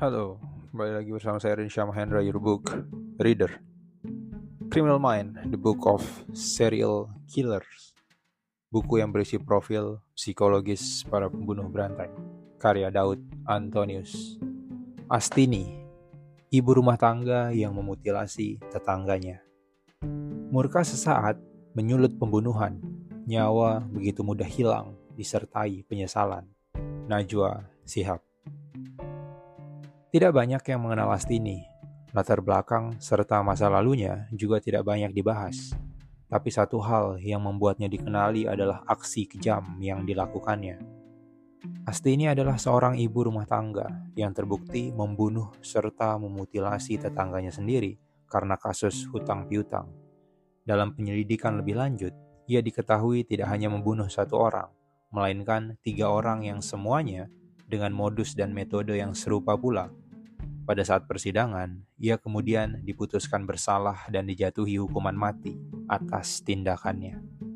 Halo, kembali lagi bersama saya Rinsya Mahendra, your book reader. Criminal Mind, the book of serial killers. Buku yang berisi profil psikologis para pembunuh berantai. Karya Daud Antonius. Astini, ibu rumah tangga yang memutilasi tetangganya. Murka sesaat menyulut pembunuhan. Nyawa begitu mudah hilang disertai penyesalan. Najwa Shihab. Tidak banyak yang mengenal Astini. Latar belakang serta masa lalunya juga tidak banyak dibahas. Tapi satu hal yang membuatnya dikenali adalah aksi kejam yang dilakukannya. Astini adalah seorang ibu rumah tangga yang terbukti membunuh serta memutilasi tetangganya sendiri karena kasus hutang piutang. Dalam penyelidikan lebih lanjut, ia diketahui tidak hanya membunuh satu orang, melainkan 3 orang yang semuanya dengan modus dan metode yang serupa pula. Pada saat persidangan, ia kemudian diputuskan bersalah dan dijatuhi hukuman mati atas tindakannya.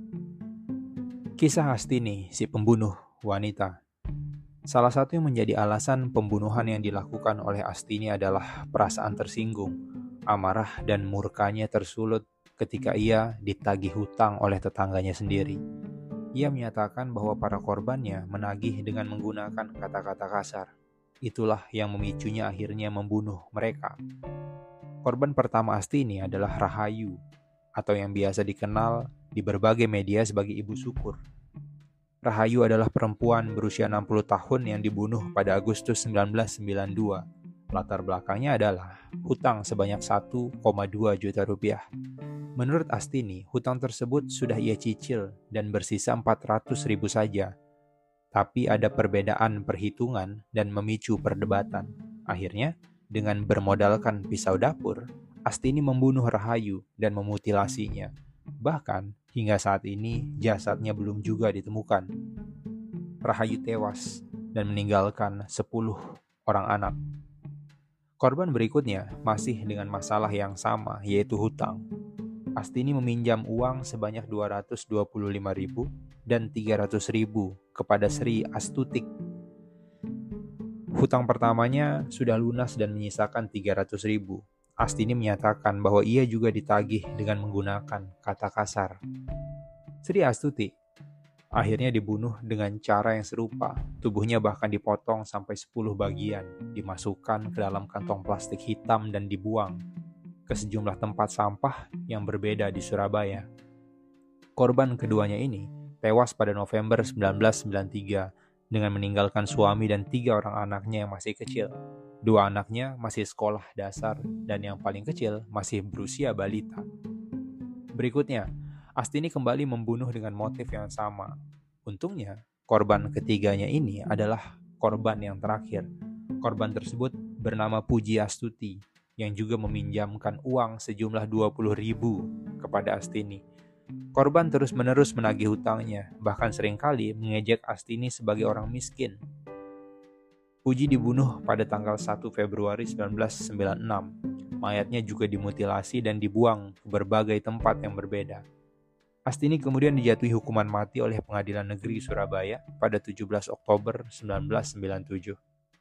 Kisah Astini, si pembunuh wanita. Salah satu yang menjadi alasan pembunuhan yang dilakukan oleh Astini adalah perasaan tersinggung, amarah dan murkanya tersulut ketika ia ditagih hutang oleh tetangganya sendiri. Ia menyatakan bahwa para korbannya menagih dengan menggunakan kata-kata kasar. Itulah yang memicunya akhirnya membunuh mereka. Korban pertama Astini adalah Rahayu, atau yang biasa dikenal di berbagai media sebagai Ibu Syukur. Rahayu adalah perempuan berusia 60 tahun yang dibunuh pada Agustus 1992. Latar belakangnya adalah hutang sebanyak 1,2 juta rupiah. Menurut Astini, hutang tersebut sudah ia cicil dan bersisa 400.000 saja. Tapi ada perbedaan perhitungan dan memicu perdebatan. Akhirnya, dengan bermodalkan pisau dapur, Astini membunuh Rahayu dan memutilasinya. Bahkan, hingga saat ini jasadnya belum juga ditemukan. Rahayu tewas dan meninggalkan 10 orang anak. Korban berikutnya masih dengan masalah yang sama, yaitu hutang. Astini meminjam uang sebanyak 225.000 dan 300.000 kepada Sri Astutik. Hutang pertamanya sudah lunas dan menyisakan 300.000. Astini menyatakan bahwa ia juga ditagih dengan menggunakan kata kasar. Sri Astuti akhirnya dibunuh dengan cara yang serupa. Tubuhnya bahkan dipotong sampai 10 bagian, dimasukkan ke dalam kantong plastik hitam dan dibuang ke sejumlah tempat sampah yang berbeda di Surabaya. Korban keduanya ini tewas pada November 1993 dengan meninggalkan suami dan 3 orang anaknya yang masih kecil. 2 anaknya masih sekolah dasar dan yang paling kecil masih berusia balita. Berikutnya, Astini kembali membunuh dengan motif yang sama. Untungnya, korban ketiganya ini adalah korban yang terakhir. Korban tersebut bernama Puji Astuti, yang juga meminjamkan uang sejumlah 20.000 kepada Astini. Korban terus-menerus menagih hutangnya, bahkan seringkali mengejek Astini sebagai orang miskin. Puji dibunuh pada tanggal 1 Februari 1996. Mayatnya juga dimutilasi dan dibuang ke berbagai tempat yang berbeda. Astini kemudian dijatuhi hukuman mati oleh Pengadilan Negeri Surabaya pada 17 Oktober 1997.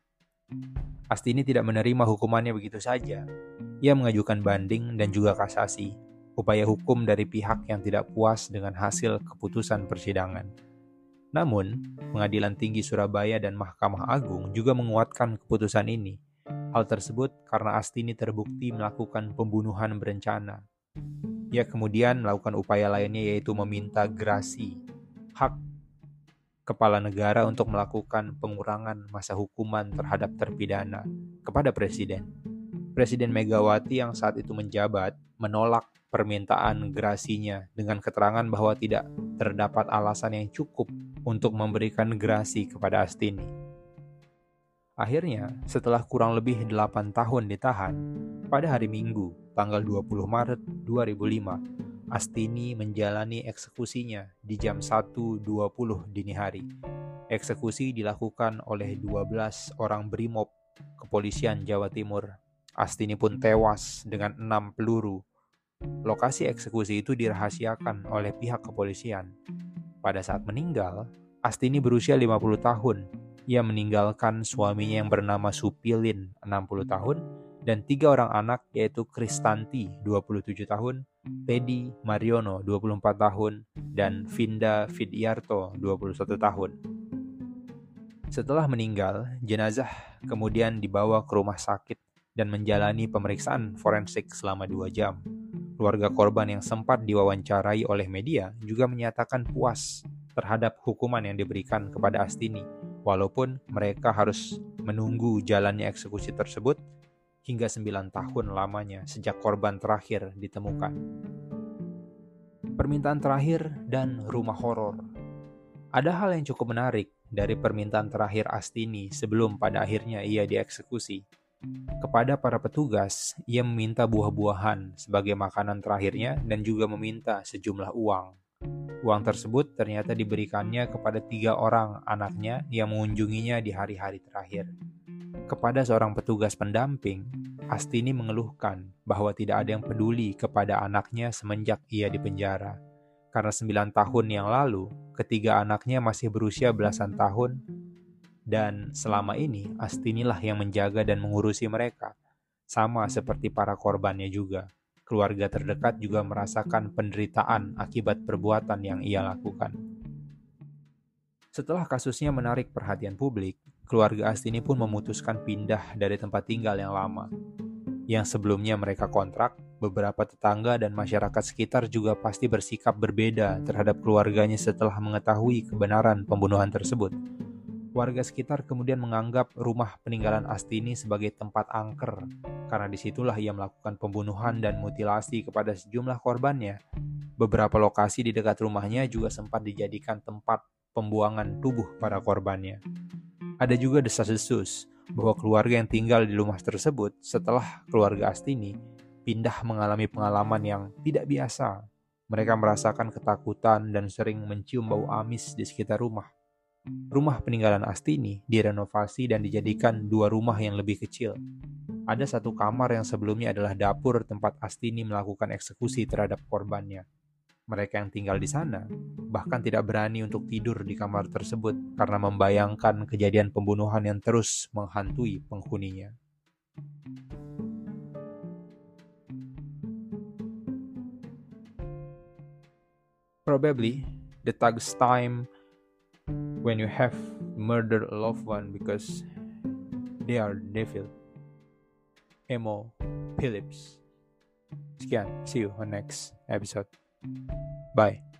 Astini tidak menerima hukumannya begitu saja. Ia mengajukan banding dan juga kasasi, upaya hukum dari pihak yang tidak puas dengan hasil keputusan persidangan. Namun, Pengadilan Tinggi Surabaya dan Mahkamah Agung juga menguatkan keputusan ini. Hal tersebut karena Astini terbukti melakukan pembunuhan berencana. Ia kemudian melakukan upaya lainnya, yaitu meminta grasi, hak kepala negara untuk melakukan pengurangan masa hukuman terhadap terpidana kepada Presiden. Presiden Megawati yang saat itu menjabat menolak permintaan grasinya dengan keterangan bahwa tidak terdapat alasan yang cukup untuk memberikan grasi kepada Astini. Akhirnya, setelah kurang lebih 8 tahun ditahan, pada hari Minggu, tanggal 20 Maret 2005, Astini menjalani eksekusinya di jam 1.20 dini hari. Eksekusi dilakukan oleh 12 orang brimob kepolisian Jawa Timur. Astini pun tewas dengan 6 peluru. Lokasi eksekusi itu dirahasiakan oleh pihak kepolisian. Pada saat meninggal, Astini berusia 50 tahun. ia meninggalkan suaminya yang bernama Supilin, 60 tahun, dan 3 orang anak yaitu Kristanti, 27 tahun, Teddy Mariono, 24 tahun, dan Vinda Vidyarto, 21 tahun. Setelah meninggal, jenazah kemudian dibawa ke rumah sakit dan menjalani pemeriksaan forensik selama 2 jam. Keluarga korban yang sempat diwawancarai oleh media juga menyatakan puas terhadap hukuman yang diberikan kepada Astini, walaupun mereka harus menunggu jalannya eksekusi tersebut hingga 9 tahun lamanya sejak korban terakhir ditemukan. Permintaan terakhir dan rumah horor. Ada hal yang cukup menarik dari permintaan terakhir Astini sebelum pada akhirnya ia dieksekusi. Kepada para petugas, ia meminta buah-buahan sebagai makanan terakhirnya dan juga meminta sejumlah uang. Uang tersebut ternyata diberikannya kepada 3 orang anaknya yang mengunjunginya di hari-hari terakhir. Kepada seorang petugas pendamping, Astini mengeluhkan bahwa tidak ada yang peduli kepada anaknya semenjak ia dipenjara. Karena 9 tahun yang lalu, ketiga anaknya masih berusia belasan tahun, dan selama ini Astinilah yang menjaga dan mengurusi mereka. Sama seperti para korbannya juga. Keluarga terdekat juga merasakan penderitaan akibat perbuatan yang ia lakukan. Setelah kasusnya menarik perhatian publik, keluarga Astini pun memutuskan pindah dari tempat tinggal yang lama. Yang sebelumnya mereka kontrak, beberapa tetangga dan masyarakat sekitar juga pasti bersikap berbeda terhadap keluarganya setelah mengetahui kebenaran pembunuhan tersebut. Warga sekitar kemudian menganggap rumah peninggalan Astini sebagai tempat angker, karena disitulah ia melakukan pembunuhan dan mutilasi kepada sejumlah korbannya. Beberapa lokasi di dekat rumahnya juga sempat dijadikan tempat pembuangan tubuh para korbannya. Ada juga desas-desus bahwa keluarga yang tinggal di rumah tersebut setelah keluarga Astini pindah mengalami pengalaman yang tidak biasa. Mereka merasakan ketakutan dan sering mencium bau amis di sekitar rumah. Rumah peninggalan Astini direnovasi dan dijadikan 2 rumah yang lebih kecil. Ada satu kamar yang sebelumnya adalah dapur tempat Astini melakukan eksekusi terhadap korbannya. Mereka yang tinggal di sana bahkan tidak berani untuk tidur di kamar tersebut karena membayangkan kejadian pembunuhan yang terus menghantui penghuninya. Probably the thug's time when you have murdered a loved one because they are devil. Emo Phillips. Sekian, see you on next episode. Bye.